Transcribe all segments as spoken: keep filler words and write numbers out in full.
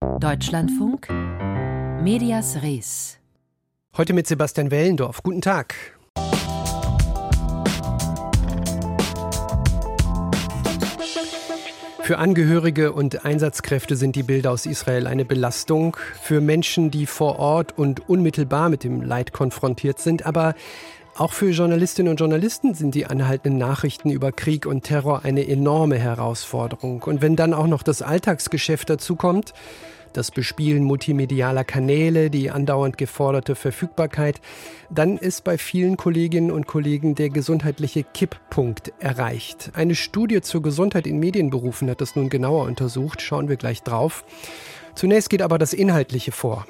Deutschlandfunk Medias Res. Heute mit Sebastian Wellendorf. Guten Tag. Für Angehörige und Einsatzkräfte sind die Bilder aus Israel eine Belastung. Für Menschen, die vor Ort und unmittelbar mit dem Leid konfrontiert sind. Aber auch für Journalistinnen und Journalisten sind die anhaltenden Nachrichten über Krieg und Terror eine enorme Herausforderung. Und wenn dann auch noch das Alltagsgeschäft dazukommt, das Bespielen multimedialer Kanäle, die andauernd geforderte Verfügbarkeit, dann ist bei vielen Kolleginnen und Kollegen der gesundheitliche Kipppunkt erreicht. Eine Studie zur Gesundheit in Medienberufen hat das nun genauer untersucht. Schauen wir gleich drauf. Zunächst geht aber das Inhaltliche vor.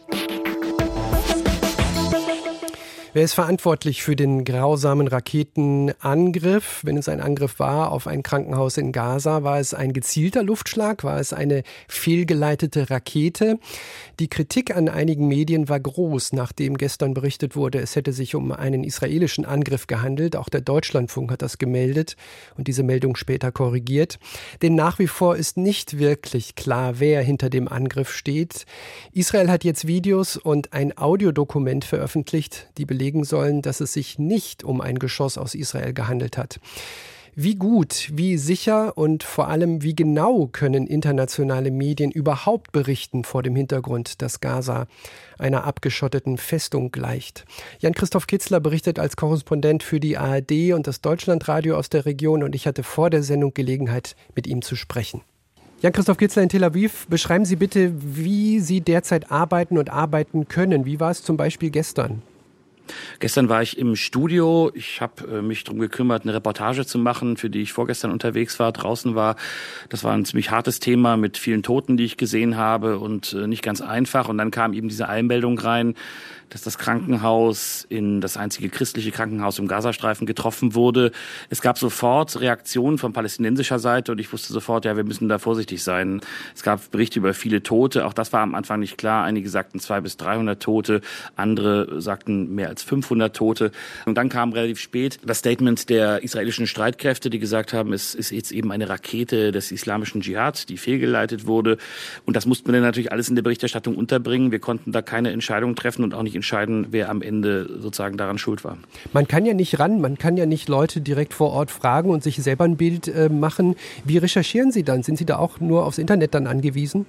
Wer ist verantwortlich für den grausamen Raketenangriff? Wenn es ein Angriff war auf ein Krankenhaus in Gaza, war es ein gezielter Luftschlag? War es eine fehlgeleitete Rakete? Die Kritik an einigen Medien war groß, nachdem gestern berichtet wurde, es hätte sich um einen israelischen Angriff gehandelt. Auch der Deutschlandfunk hat das gemeldet und diese Meldung später korrigiert. Denn nach wie vor ist nicht wirklich klar, wer hinter dem Angriff steht. Israel hat jetzt Videos und ein Audiodokument veröffentlicht, die belegen sollen, dass es sich nicht um ein Geschoss aus Israel gehandelt hat. Wie gut, wie sicher und vor allem wie genau können internationale Medien überhaupt berichten vor dem Hintergrund, dass Gaza einer abgeschotteten Festung gleicht? Jan-Christoph Kitzler berichtet als Korrespondent für die A R D und das Deutschlandradio aus der Region und ich hatte vor der Sendung Gelegenheit, mit ihm zu sprechen. Jan-Christoph Kitzler in Tel Aviv, beschreiben Sie bitte, wie Sie derzeit arbeiten und arbeiten können. Wie war es zum Beispiel gestern? Gestern war ich im Studio. Ich habe äh, mich darum gekümmert, eine Reportage zu machen, für die ich vorgestern unterwegs war, draußen war. Das war ein ziemlich hartes Thema mit vielen Toten, die ich gesehen habe und äh, nicht ganz einfach. Und dann kam eben diese Eilmeldung rein, dass das Krankenhaus in das einzige christliche Krankenhaus im Gazastreifen getroffen wurde. Es gab sofort Reaktionen von palästinensischer Seite und ich wusste sofort, ja, wir müssen da vorsichtig sein. Es gab Berichte über viele Tote, auch das war am Anfang nicht klar. Einige sagten zweihundert bis dreihundert Tote, andere sagten mehr als fünfhundert Tote. Und dann kam relativ spät das Statement der israelischen Streitkräfte, die gesagt haben, es ist jetzt eben eine Rakete des islamischen Dschihad, die fehlgeleitet wurde. Und das mussten wir dann natürlich alles in der Berichterstattung unterbringen. Wir konnten da keine Entscheidung treffen und auch nicht entscheiden, wer am Ende sozusagen daran schuld war. Man kann ja nicht ran, man kann ja nicht Leute direkt vor Ort fragen und sich selber ein Bild äh, machen. Wie recherchieren Sie dann? Sind Sie da auch nur aufs Internet dann angewiesen?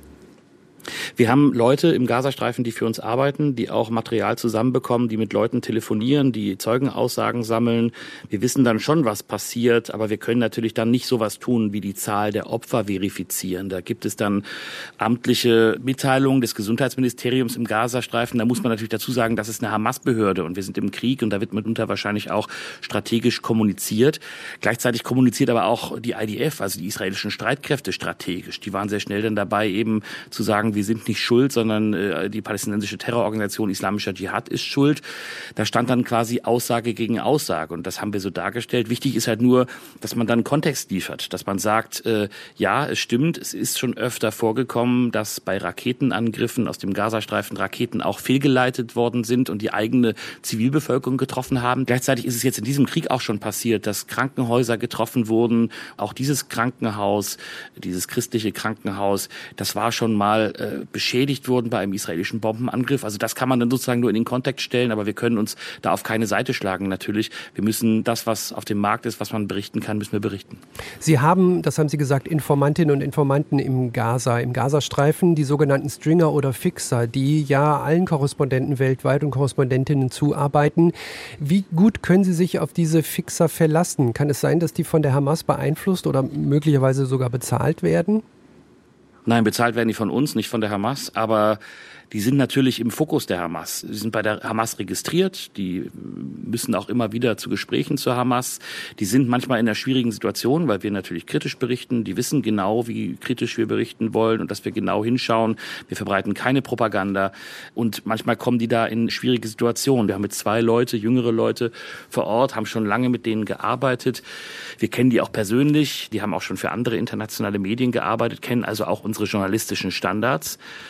Wir haben Leute im Gazastreifen, die für uns arbeiten, die auch Material zusammenbekommen, die mit Leuten telefonieren, die Zeugenaussagen sammeln. Wir wissen dann schon, was passiert, aber wir können natürlich dann nicht sowas tun, wie die Zahl der Opfer verifizieren. Da gibt es dann amtliche Mitteilungen des Gesundheitsministeriums im Gazastreifen. Da muss man natürlich dazu sagen, das ist eine Hamas-Behörde und wir sind im Krieg und da wird mitunter wahrscheinlich auch strategisch kommuniziert. Gleichzeitig kommuniziert aber auch die I D F, also die israelischen Streitkräfte, strategisch. Die waren sehr schnell dann dabei, eben zu sagen, wir sind nicht schuld, sondern äh, die palästinensische Terrororganisation Islamischer Dschihad ist schuld. Da stand dann quasi Aussage gegen Aussage und das haben wir so dargestellt. Wichtig ist halt nur, dass man dann Kontext liefert, dass man sagt, äh, ja, es stimmt, es ist schon öfter vorgekommen, dass bei Raketenangriffen aus dem Gazastreifen Raketen auch fehlgeleitet worden sind und die eigene Zivilbevölkerung getroffen haben. Gleichzeitig ist es jetzt in diesem Krieg auch schon passiert, dass Krankenhäuser getroffen wurden. Auch dieses Krankenhaus, dieses christliche Krankenhaus, das war schon mal äh, beschädigt worden bei einem israelischen Bombenangriff. Also das kann man dann sozusagen nur in den Kontext stellen, aber wir können uns da auf keine Seite schlagen natürlich. Wir müssen das, was auf dem Markt ist, was man berichten kann, müssen wir berichten. Sie haben, das haben Sie gesagt, Informantinnen und Informanten im Gaza, im Gazastreifen, die sogenannten Stringer oder Fixer, die ja allen Korrespondenten weltweit und Korrespondentinnen zuarbeiten. Wie gut können Sie sich auf diese Fixer verlassen? Kann es sein, dass die von der Hamas beeinflusst oder möglicherweise sogar bezahlt werden? Nein, bezahlt werden die von uns, nicht von der Hamas, aber die sind natürlich im Fokus der Hamas. Sie sind bei der Hamas registriert, die müssen auch immer wieder zu Gesprächen zur Hamas. Die sind manchmal in einer schwierigen Situation, weil wir natürlich kritisch berichten. Die wissen genau, wie kritisch wir berichten wollen und dass wir genau hinschauen. Wir verbreiten keine Propaganda und manchmal kommen die da in schwierige Situationen. Wir haben mit zwei Leute, jüngere Leute vor Ort, haben schon lange mit denen gearbeitet. Wir kennen die auch persönlich, die haben auch schon für andere internationale Medien gearbeitet, kennen also auch unsere journalistischen Standards.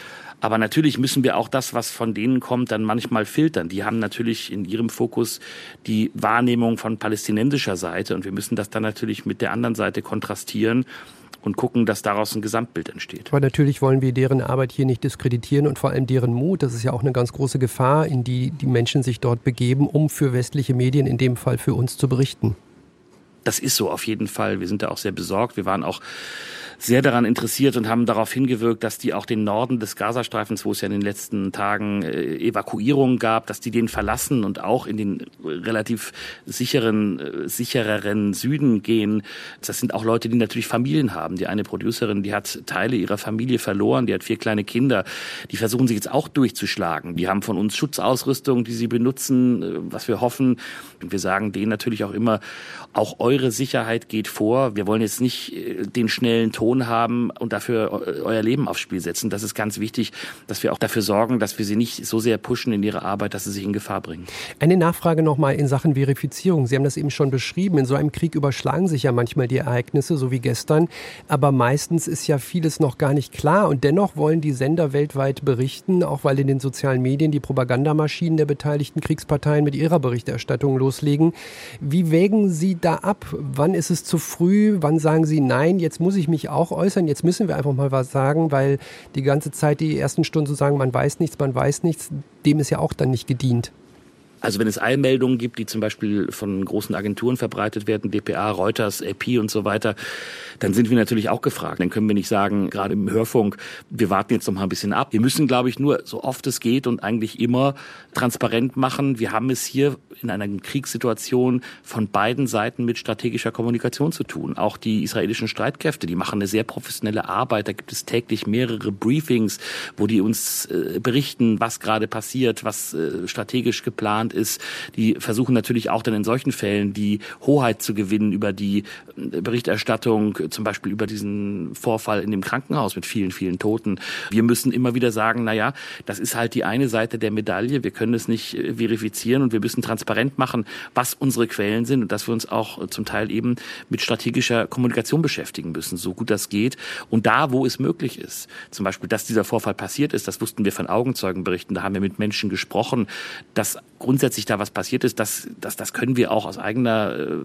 Aber natürlich müssen wir auch das, was von denen kommt, dann manchmal filtern. Die haben natürlich in ihrem Fokus die Wahrnehmung von palästinensischer Seite und wir müssen das dann natürlich mit der anderen Seite kontrastieren und gucken, dass daraus ein Gesamtbild entsteht. Aber natürlich wollen wir deren Arbeit hier nicht diskreditieren und vor allem deren Mut. Das ist ja auch eine ganz große Gefahr, in die die Menschen sich dort begeben, um für westliche Medien, in dem Fall für uns, zu berichten. Das ist so auf jeden Fall. Wir sind da auch sehr besorgt. Wir waren auch sehr daran interessiert und haben darauf hingewirkt, dass die auch den Norden des Gazastreifens, wo es ja in den letzten Tagen äh, Evakuierungen gab, dass die den verlassen und auch in den relativ sicheren, äh, sichereren Süden gehen. Das sind auch Leute, die natürlich Familien haben. Die eine Producerin, die hat Teile ihrer Familie verloren, die hat vier kleine Kinder. Die versuchen sich jetzt auch durchzuschlagen. Die haben von uns Schutzausrüstung, die sie benutzen, äh, was wir hoffen. Und wir sagen denen natürlich auch immer, auch eure Sicherheit geht vor. Wir wollen jetzt nicht äh, den schnellen Ton haben und dafür euer Leben aufs Spiel setzen. Das ist ganz wichtig, dass wir auch dafür sorgen, dass wir sie nicht so sehr pushen in ihre Arbeit, dass sie sich in Gefahr bringen. Eine Nachfrage nochmal in Sachen Verifizierung. Sie haben das eben schon beschrieben. In so einem Krieg überschlagen sich ja manchmal die Ereignisse, so wie gestern. Aber meistens ist ja vieles noch gar nicht klar. Und dennoch wollen die Sender weltweit berichten, auch weil in den sozialen Medien die Propagandamaschinen der beteiligten Kriegsparteien mit ihrer Berichterstattung loslegen. Wie wägen Sie da ab? Wann ist es zu früh? Wann sagen Sie, nein, jetzt muss ich mich auch äußern, jetzt müssen wir einfach mal was sagen, weil die ganze Zeit die ersten Stunden so sagen, man weiß nichts, man weiß nichts, dem ist ja auch dann nicht gedient. Also wenn es Eilmeldungen gibt, die zum Beispiel von großen Agenturen verbreitet werden, D P A, Reuters, A P und so weiter, dann sind wir natürlich auch gefragt. Dann können wir nicht sagen, gerade im Hörfunk, wir warten jetzt noch mal ein bisschen ab. Wir müssen, glaube ich, nur so oft es geht und eigentlich immer transparent machen. Wir haben es hier in einer Kriegssituation von beiden Seiten mit strategischer Kommunikation zu tun. Auch die israelischen Streitkräfte, die machen eine sehr professionelle Arbeit. Da gibt es täglich mehrere Briefings, wo die uns äh, berichten, was gerade passiert, was äh, strategisch geplant ist. Die versuchen natürlich auch dann in solchen Fällen die Hoheit zu gewinnen über die Berichterstattung, zum Beispiel über diesen Vorfall in dem Krankenhaus mit vielen, vielen Toten. Wir müssen immer wieder sagen, na ja, das ist halt die eine Seite der Medaille. Wir können es nicht verifizieren und wir müssen transparent machen, was unsere Quellen sind und dass wir uns auch zum Teil eben mit strategischer Kommunikation beschäftigen müssen, so gut das geht. Und da, wo es möglich ist, zum Beispiel, dass dieser Vorfall passiert ist, das wussten wir von Augenzeugenberichten, da haben wir mit Menschen gesprochen, dass grundsätzlich da was passiert ist, das, das, das können wir auch aus eigener,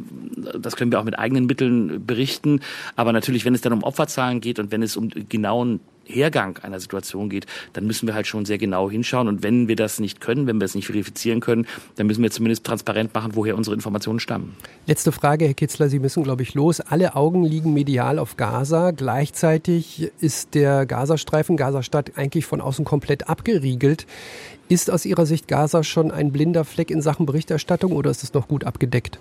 das können wir auch mit eigenen Mitteln berichten. Aber natürlich, wenn es dann um Opferzahlen geht und wenn es um genauen Hergang einer Situation geht, dann müssen wir halt schon sehr genau hinschauen. Und wenn wir das nicht können, wenn wir es nicht verifizieren können, dann müssen wir zumindest transparent machen, woher unsere Informationen stammen. Letzte Frage, Herr Kitzler, Sie müssen, glaube ich, los. Alle Augen liegen medial auf Gaza. Gleichzeitig ist der Gazastreifen, Gazastadt, eigentlich von außen komplett abgeriegelt. Ist aus Ihrer Sicht Gaza schon ein blinder Fleck in Sachen Berichterstattung oder ist es noch gut abgedeckt?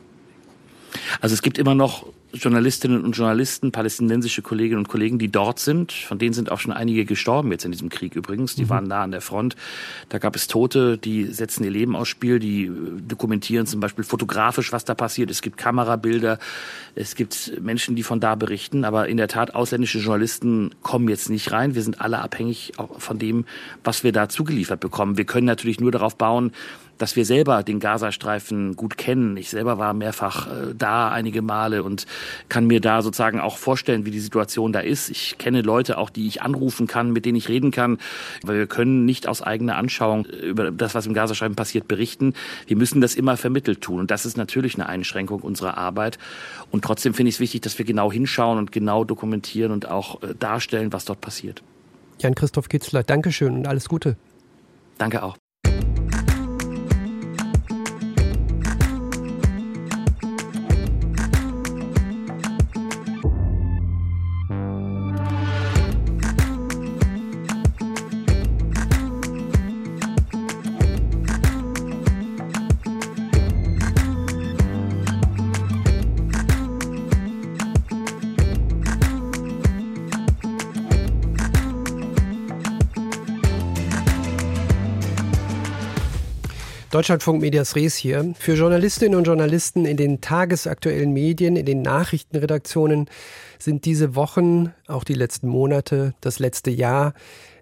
Also es gibt immer noch Journalistinnen und Journalisten, palästinensische Kolleginnen und Kollegen, die dort sind. Von denen sind auch schon einige gestorben jetzt in diesem Krieg übrigens. Die mhm. waren nah an der Front. Da gab es Tote, die setzen ihr Leben aufs Spiel, die dokumentieren zum Beispiel fotografisch, was da passiert. Es gibt Kamerabilder, es gibt Menschen, die von da berichten. Aber in der Tat, ausländische Journalisten kommen jetzt nicht rein. Wir sind alle abhängig von dem, was wir da zugeliefert bekommen. Wir können natürlich nur darauf bauen, dass wir selber den Gazastreifen gut kennen. Ich selber war mehrfach äh, da einige Male und kann mir da sozusagen auch vorstellen, wie die Situation da ist. Ich kenne Leute auch, die ich anrufen kann, mit denen ich reden kann, weil wir können nicht aus eigener Anschauung über das, was im Gazastreifen passiert, berichten. Wir müssen das immer vermittelt tun und das ist natürlich eine Einschränkung unserer Arbeit. Und trotzdem finde ich es wichtig, dass wir genau hinschauen und genau dokumentieren und auch äh, darstellen, was dort passiert. Jan-Christoph Kitzler, Dankeschön und alles Gute. Danke auch. Deutschlandfunk Medias Res hier. Für Journalistinnen und Journalisten in den tagesaktuellen Medien, in den Nachrichtenredaktionen sind diese Wochen, auch die letzten Monate, das letzte Jahr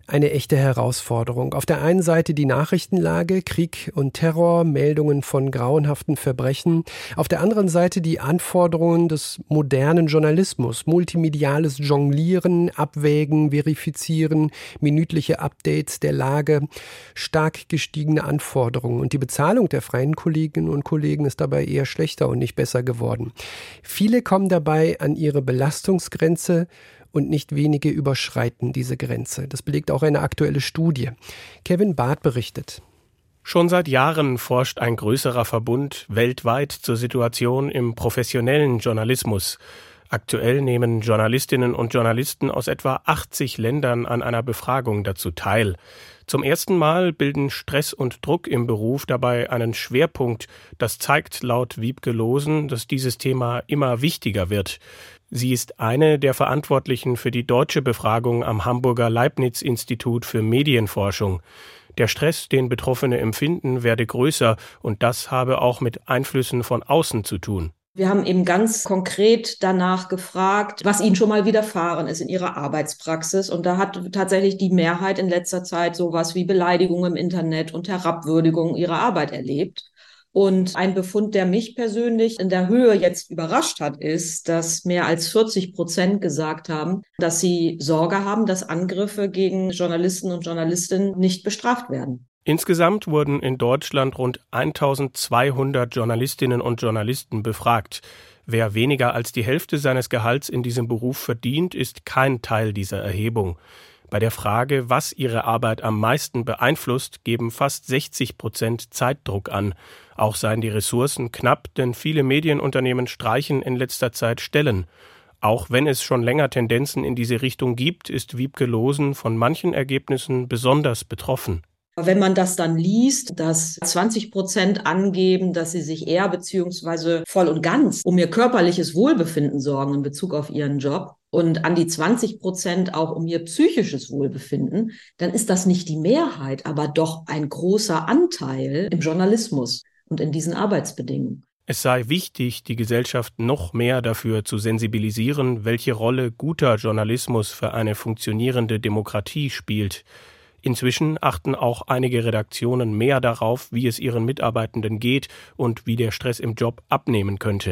eine echte Herausforderung. Auf der einen Seite die Nachrichtenlage, Krieg und Terror, Meldungen von grauenhaften Verbrechen. Auf der anderen Seite die Anforderungen des modernen Journalismus, multimediales Jonglieren, Abwägen, Verifizieren, minütliche Updates der Lage, stark gestiegene Anforderungen. Und die Bezahlung der freien Kolleginnen und Kollegen ist dabei eher schlechter und nicht besser geworden. Viele kommen dabei an ihre Belastungsgrenze, und nicht wenige überschreiten diese Grenze. Das belegt auch eine aktuelle Studie. Kevin Barth berichtet. Schon seit Jahren forscht ein größerer Verbund weltweit zur Situation im professionellen Journalismus. Aktuell nehmen Journalistinnen und Journalisten aus etwa achtzig Ländern an einer Befragung dazu teil. Zum ersten Mal bilden Stress und Druck im Beruf dabei einen Schwerpunkt. Das zeigt laut Wiebke Lohsen, dass dieses Thema immer wichtiger wird. Sie ist eine der Verantwortlichen für die deutsche Befragung am Hamburger Leibniz-Institut für Medienforschung. Der Stress, den Betroffene empfinden, werde größer und das habe auch mit Einflüssen von außen zu tun. Wir haben eben ganz konkret danach gefragt, was ihnen schon mal widerfahren ist in ihrer Arbeitspraxis. Und da hat tatsächlich die Mehrheit in letzter Zeit sowas wie Beleidigung im Internet und Herabwürdigung ihrer Arbeit erlebt. Und ein Befund, der mich persönlich in der Höhe jetzt überrascht hat, ist, dass mehr als vierzig Prozent gesagt haben, dass sie Sorge haben, dass Angriffe gegen Journalisten und Journalistinnen nicht bestraft werden. Insgesamt wurden in Deutschland rund eintausendzweihundert Journalistinnen und Journalisten befragt. Wer weniger als die Hälfte seines Gehalts in diesem Beruf verdient, ist kein Teil dieser Erhebung. Bei der Frage, was ihre Arbeit am meisten beeinflusst, geben fast sechzig Prozent Zeitdruck an. Auch seien die Ressourcen knapp, denn viele Medienunternehmen streichen in letzter Zeit Stellen. Auch wenn es schon länger Tendenzen in diese Richtung gibt, ist Wiebke Lohsen von manchen Ergebnissen besonders betroffen. Wenn man das dann liest, dass zwanzig Prozent angeben, dass sie sich eher beziehungsweise voll und ganz um ihr körperliches Wohlbefinden sorgen in Bezug auf ihren Job und an die zwanzig Prozent auch um ihr psychisches Wohlbefinden, dann ist das nicht die Mehrheit, aber doch ein großer Anteil im Journalismus und in diesen Arbeitsbedingungen. Es sei wichtig, die Gesellschaft noch mehr dafür zu sensibilisieren, welche Rolle guter Journalismus für eine funktionierende Demokratie spielt. Inzwischen achten auch einige Redaktionen mehr darauf, wie es ihren Mitarbeitenden geht und wie der Stress im Job abnehmen könnte.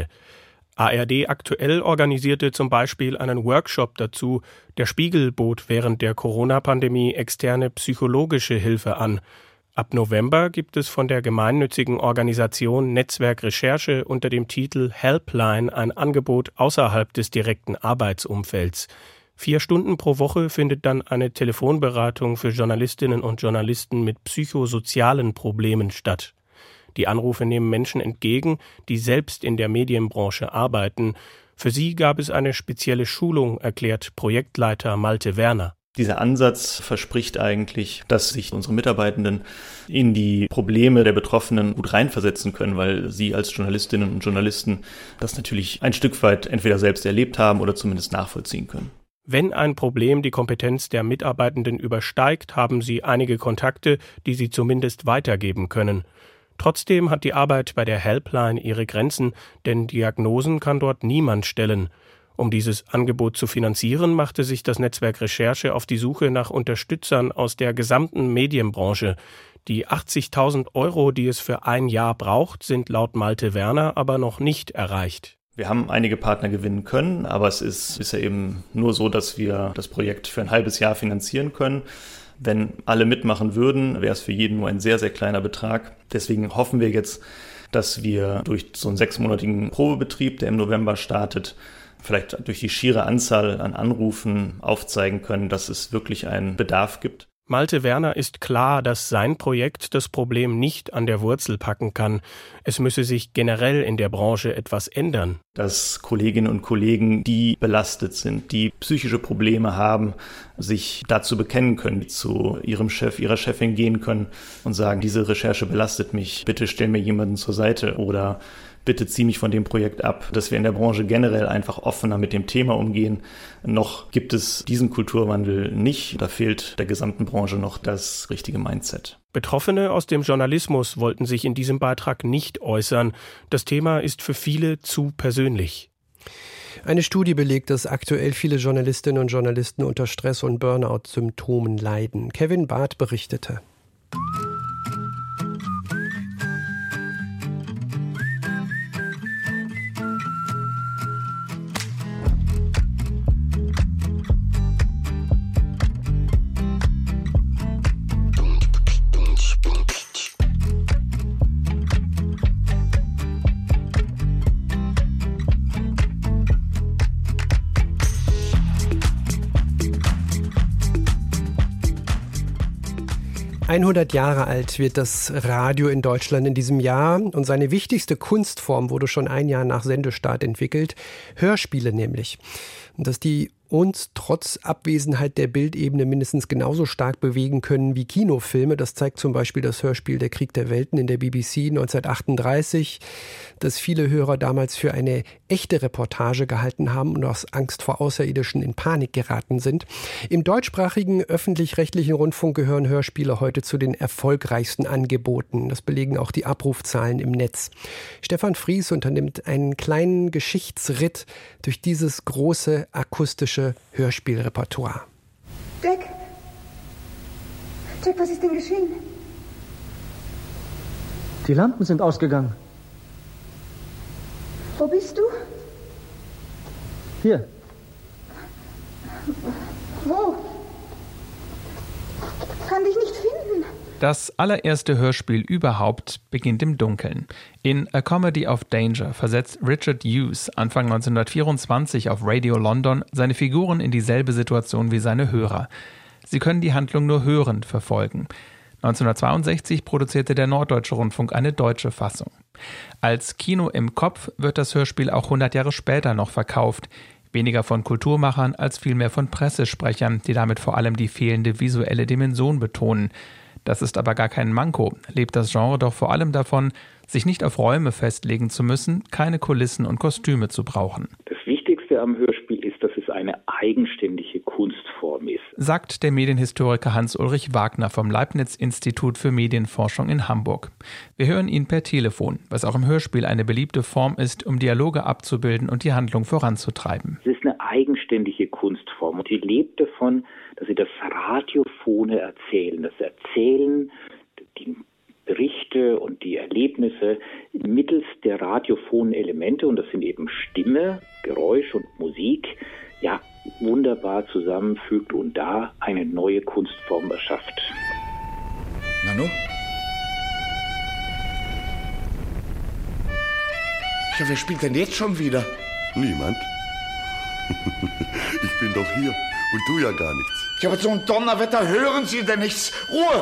A R D Aktuell organisierte zum Beispiel einen Workshop dazu. Der Spiegel bot während der Corona-Pandemie externe psychologische Hilfe an. Ab November gibt es von der gemeinnützigen Organisation Netzwerk Recherche unter dem Titel Helpline ein Angebot außerhalb des direkten Arbeitsumfelds. Vier Stunden pro Woche findet dann eine Telefonberatung für Journalistinnen und Journalisten mit psychosozialen Problemen statt. Die Anrufe nehmen Menschen entgegen, die selbst in der Medienbranche arbeiten. Für sie gab es eine spezielle Schulung, erklärt Projektleiter Malte Werner. Dieser Ansatz verspricht eigentlich, dass sich unsere Mitarbeitenden in die Probleme der Betroffenen gut reinversetzen können, weil sie als Journalistinnen und Journalisten das natürlich ein Stück weit entweder selbst erlebt haben oder zumindest nachvollziehen können. Wenn ein Problem die Kompetenz der Mitarbeitenden übersteigt, haben sie einige Kontakte, die sie zumindest weitergeben können. Trotzdem hat die Arbeit bei der Helpline ihre Grenzen, denn Diagnosen kann dort niemand stellen. Um dieses Angebot zu finanzieren, machte sich das Netzwerk Recherche auf die Suche nach Unterstützern aus der gesamten Medienbranche. Die achtzigtausend Euro, die es für ein Jahr braucht, sind laut Malte Werner aber noch nicht erreicht. Wir haben einige Partner gewinnen können, aber es ist bisher eben nur so, dass wir das Projekt für ein halbes Jahr finanzieren können. Wenn alle mitmachen würden, wäre es für jeden nur ein sehr, sehr kleiner Betrag. Deswegen hoffen wir jetzt, dass wir durch so einen sechsmonatigen Probebetrieb, der im November startet, vielleicht durch die schiere Anzahl an Anrufen aufzeigen können, dass es wirklich einen Bedarf gibt. Malte Werner ist klar, dass sein Projekt das Problem nicht an der Wurzel packen kann. Es müsse sich generell in der Branche etwas ändern. Dass Kolleginnen und Kollegen, die belastet sind, die psychische Probleme haben, sich dazu bekennen können, zu ihrem Chef, ihrer Chefin gehen können und sagen, diese Recherche belastet mich, bitte stell mir jemanden zur Seite oder bitte zieh mich von dem Projekt ab, dass wir in der Branche generell einfach offener mit dem Thema umgehen. Noch gibt es diesen Kulturwandel nicht. Da fehlt der gesamten Branche noch das richtige Mindset. Betroffene aus dem Journalismus wollten sich in diesem Beitrag nicht äußern. Das Thema ist für viele zu persönlich. Eine Studie belegt, dass aktuell viele Journalistinnen und Journalisten unter Stress- und Burnout-Symptomen leiden. Kevin Barth berichtete. hundert Jahre alt wird das Radio in Deutschland in diesem Jahr und seine wichtigste Kunstform wurde schon ein Jahr nach Sendestart entwickelt, Hörspiele nämlich. Und dass die uns trotz Abwesenheit der Bildebene mindestens genauso stark bewegen können wie Kinofilme. Das zeigt zum Beispiel das Hörspiel Der Krieg der Welten in der B B C neunzehnhundertachtunddreißig, das viele Hörer damals für eine echte Reportage gehalten haben und aus Angst vor Außerirdischen in Panik geraten sind. Im deutschsprachigen öffentlich-rechtlichen Rundfunk gehören Hörspiele heute zu den erfolgreichsten Angeboten. Das belegen auch die Abrufzahlen im Netz. Stefan Fries unternimmt einen kleinen Geschichtsritt durch dieses große akustische Hörspielrepertoire. Jack! Jack, was ist denn geschehen? Die Lampen sind ausgegangen. Wo bist du? Hier. Wo? Kann dich nicht finden. Das allererste Hörspiel überhaupt beginnt im Dunkeln. In A Comedy of Danger versetzt Richard Hughes Anfang neunzehnhundertvierundzwanzig auf Radio London seine Figuren in dieselbe Situation wie seine Hörer. Sie können die Handlung nur hörend verfolgen. neunzehnhundertzweiundsechzig produzierte der Norddeutsche Rundfunk eine deutsche Fassung. Als Kino im Kopf wird das Hörspiel auch hundert Jahre später noch verkauft. Weniger von Kulturmachern als vielmehr von Pressesprechern, die damit vor allem die fehlende visuelle Dimension betonen. Das ist aber gar kein Manko, lebt das Genre doch vor allem davon, sich nicht auf Räume festlegen zu müssen, keine Kulissen und Kostüme zu brauchen. Das Wichtigste am Hörspiel ist, dass es eine eigenständige Kunstform ist, sagt der Medienhistoriker Hans-Ulrich Wagner vom Leibniz-Institut für Medienforschung in Hamburg. Wir hören ihn per Telefon, was auch im Hörspiel eine beliebte Form ist, um Dialoge abzubilden und die Handlung voranzutreiben. Es ist eine eigenständige Kunstform und die lebt davon, dass sie das Radiophone erzählen, das Erzählen, die Berichte und die Erlebnisse mittels der radiophonen Elemente, und das sind eben Stimme, Geräusch und Musik, ja, wunderbar zusammenfügt und da eine neue Kunstform erschafft. Nanu? Ja, wer spielt denn jetzt schon wieder? Niemand. Ich bin doch hier und tu ja gar nichts. Ja, aber so ein Donnerwetter hören Sie denn nichts? Ruhe!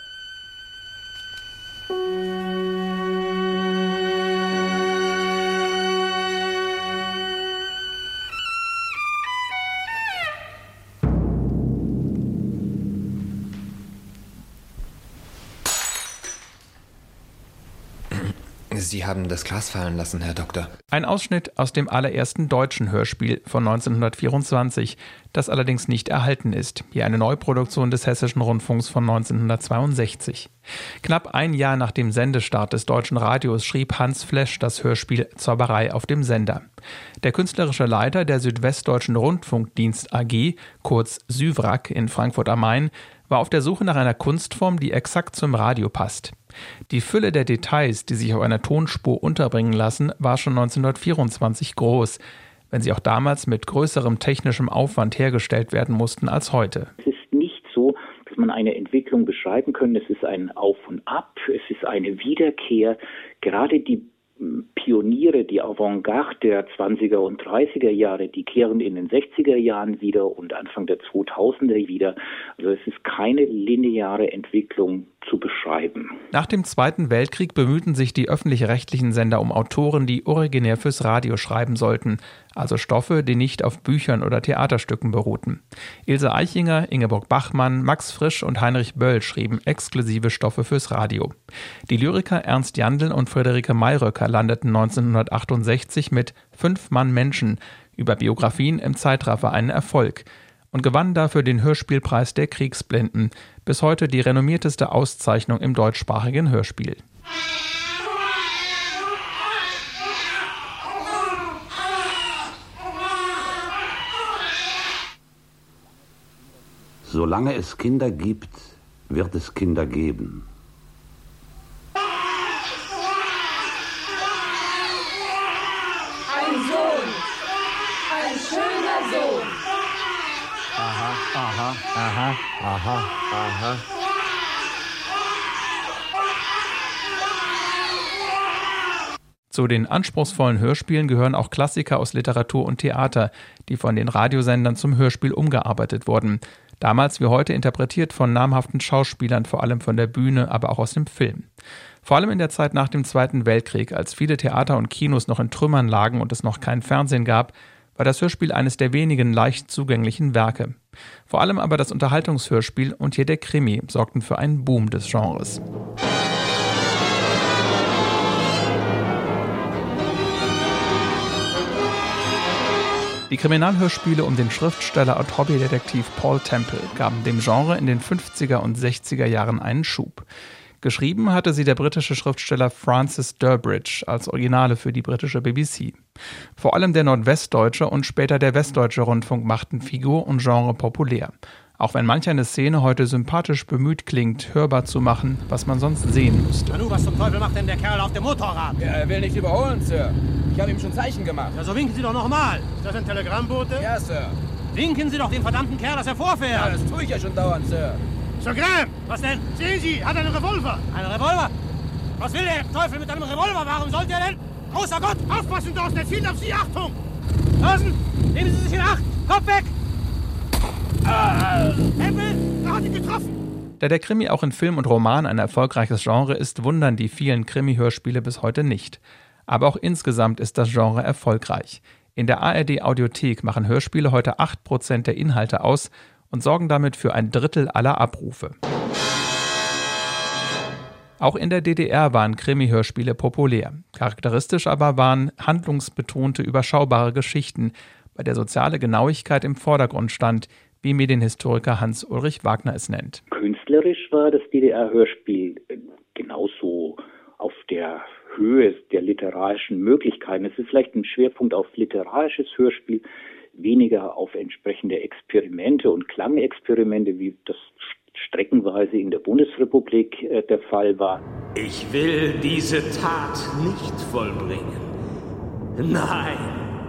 Sie haben das Glas fallen lassen, Herr Doktor. Ein Ausschnitt aus dem allerersten deutschen Hörspiel von neunzehnhundertvierundzwanzig, das allerdings nicht erhalten ist. Hier eine Neuproduktion des Hessischen Rundfunks von neunzehnhundertzweiundsechzig. Knapp ein Jahr nach dem Sendestart des Deutschen Radios schrieb Hans Flesch das Hörspiel Zauberei auf dem Sender. Der künstlerische Leiter der Südwestdeutschen Rundfunkdienst A G, kurz SÜVRAG in Frankfurt am Main, war auf der Suche nach einer Kunstform, die exakt zum Radio passt. Die Fülle der Details, die sich auf einer Tonspur unterbringen lassen, war schon neunzehnhundertvierundzwanzig groß, wenn sie auch damals mit größerem technischem Aufwand hergestellt werden mussten als heute. Es ist nicht so, dass man eine Entwicklung beschreiben kann. Es ist ein Auf und Ab, es ist eine Wiederkehr. Gerade die Pioniere, die Avantgarde der zwanziger und dreißiger Jahre, die kehren in den sechziger Jahren wieder und Anfang der zweitausender wieder. Also es ist keine lineare Entwicklung zu beschreiben. Nach dem Zweiten Weltkrieg bemühten sich die öffentlich-rechtlichen Sender um Autoren, die originär fürs Radio schreiben sollten, also Stoffe, die nicht auf Büchern oder Theaterstücken beruhten. Ilse Eichinger, Ingeborg Bachmann, Max Frisch und Heinrich Böll schrieben exklusive Stoffe fürs Radio. Die Lyriker Ernst Jandl und Friederike Mayröcker landeten neunzehnhundertachtundsechzig mit Fünf Mann Menschen über Biografien im Zeitraffer einen Erfolg und gewannen dafür den Hörspielpreis der Kriegsblinden, bis heute die renommierteste Auszeichnung im deutschsprachigen Hörspiel. Solange es Kinder gibt, wird es Kinder geben. Ein Sohn, ein schöner Sohn. Aha, aha, aha, aha, aha. Zu den anspruchsvollen Hörspielen gehören auch Klassiker aus Literatur und Theater, die von den Radiosendern zum Hörspiel umgearbeitet wurden. Damals wie heute interpretiert von namhaften Schauspielern, vor allem von der Bühne, aber auch aus dem Film. Vor allem in der Zeit nach dem Zweiten Weltkrieg, als viele Theater und Kinos noch in Trümmern lagen und es noch kein Fernsehen gab, war das Hörspiel eines der wenigen leicht zugänglichen Werke. Vor allem aber das Unterhaltungshörspiel und hier der Krimi sorgten für einen Boom des Genres. Die Kriminalhörspiele um den Schriftsteller und Hobbydetektiv Paul Temple gaben dem Genre in den fünfziger und sechziger Jahren einen Schub. Geschrieben hatte sie der britische Schriftsteller Francis Durbridge als Originale für die britische B B C. Vor allem der nordwestdeutsche und später der westdeutsche Rundfunk machten Figur und Genre populär. Auch wenn manch eine Szene heute sympathisch bemüht klingt, hörbar zu machen, was man sonst sehen müsste. Nanu, was zum Teufel macht denn der Kerl auf dem Motorrad? Ja, er will nicht überholen, Sir. Ich habe ihm schon Zeichen gemacht. Ja, so winken Sie doch nochmal. Ist das ein Telegrammbote? Ja, Sir. Winken Sie doch den verdammten Kerl, dass er vorfährt. Ja, das tue ich ja schon dauernd, Sir. Sir Graham, was denn? Sehen Sie, hat einen Revolver. Einen Revolver? Was will der Teufel mit einem Revolver? Warum sollte er denn? Großer Gott, aufpassen, Dawson, er zielt auf Sie, Achtung! Dawson, nehmen Sie sich in Acht, Kopf weg! Hempel, er hat ihn getroffen! Da der Krimi auch in Film und Roman ein erfolgreiches Genre ist, wundern die vielen Krimi-Hörspiele bis heute nicht. Aber auch insgesamt ist das Genre erfolgreich. In der A R D-Audiothek machen Hörspiele heute acht Prozent der Inhalte aus und sorgen damit für ein Drittel aller Abrufe. Auch in der D D R waren Krimi-Hörspiele populär. Charakteristisch aber waren handlungsbetonte, überschaubare Geschichten, bei der soziale Genauigkeit im Vordergrund stand, wie Medienhistoriker Hans-Ulrich Wagner es nennt. Künstlerisch war das D D R-Hörspiel genauso auf der Höhe der literarischen Möglichkeiten. Es ist vielleicht ein Schwerpunkt auf literarisches Hörspiel, weniger auf entsprechende Experimente und Klangexperimente, wie das streckenweise in der Bundesrepublik äh, der Fall war. Ich will diese Tat nicht vollbringen. Nein,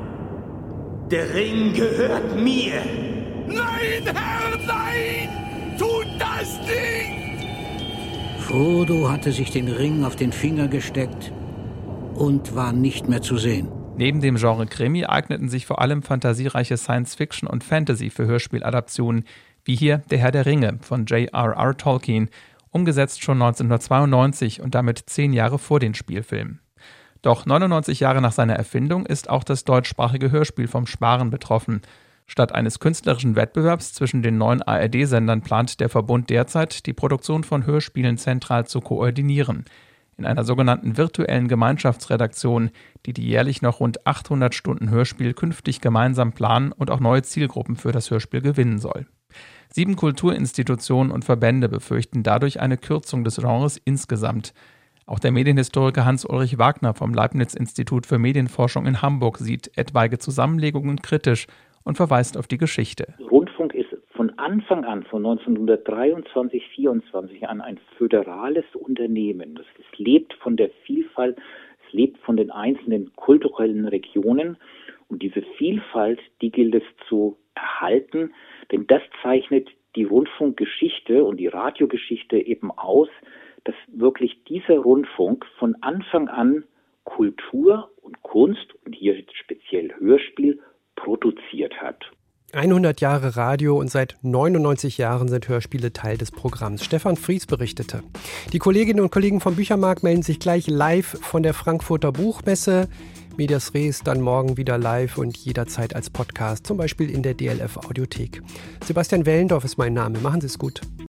der Ring gehört mir. Nein, Herr, nein! Tut das nicht! Frodo hatte sich den Ring auf den Finger gesteckt und war nicht mehr zu sehen. Neben dem Genre Krimi eigneten sich vor allem fantasiereiche Science-Fiction und Fantasy für Hörspieladaptionen, wie hier Der Herr der Ringe von J R R Tolkien, umgesetzt schon neunzehnhundertzweiundneunzig und damit zehn Jahre vor den Spielfilmen. Doch neunundneunzig Jahre nach seiner Erfindung ist auch das deutschsprachige Hörspiel vom Sparen betroffen. Statt eines künstlerischen Wettbewerbs zwischen den neuen A R D-Sendern plant der Verbund derzeit, die Produktion von Hörspielen zentral zu koordinieren. In einer sogenannten virtuellen Gemeinschaftsredaktion, die die jährlich noch rund achthundert Stunden Hörspiel künftig gemeinsam planen und auch neue Zielgruppen für das Hörspiel gewinnen soll. Sieben Kulturinstitutionen und Verbände befürchten dadurch eine Kürzung des Genres insgesamt. Auch der Medienhistoriker Hans-Ulrich Wagner vom Leibniz-Institut für Medienforschung in Hamburg sieht etwaige Zusammenlegungen kritisch und verweist auf die Geschichte. Rundfunk ist von Anfang an, von neunzehnhundertdreiundzwanzig, vierundzwanzig an, ein föderales Unternehmen. Das, das lebt von der Vielfalt, es lebt von den einzelnen kulturellen Regionen. Und diese Vielfalt, die gilt es zu erhalten, denn das zeichnet die Rundfunkgeschichte und die Radiogeschichte eben aus, dass wirklich dieser Rundfunk von Anfang an Kultur und Kunst und hier speziell Hörspiel produziert hat. hundert Jahre Radio und seit neunundneunzig Jahren sind Hörspiele Teil des Programms. Stefan Fries berichtete. Die Kolleginnen und Kollegen vom Büchermarkt melden sich gleich live von der Frankfurter Buchmesse. Medias Res dann morgen wieder live und jederzeit als Podcast, zum Beispiel in der D L F Audiothek. Sebastian Wellendorf ist mein Name. Machen Sie es gut.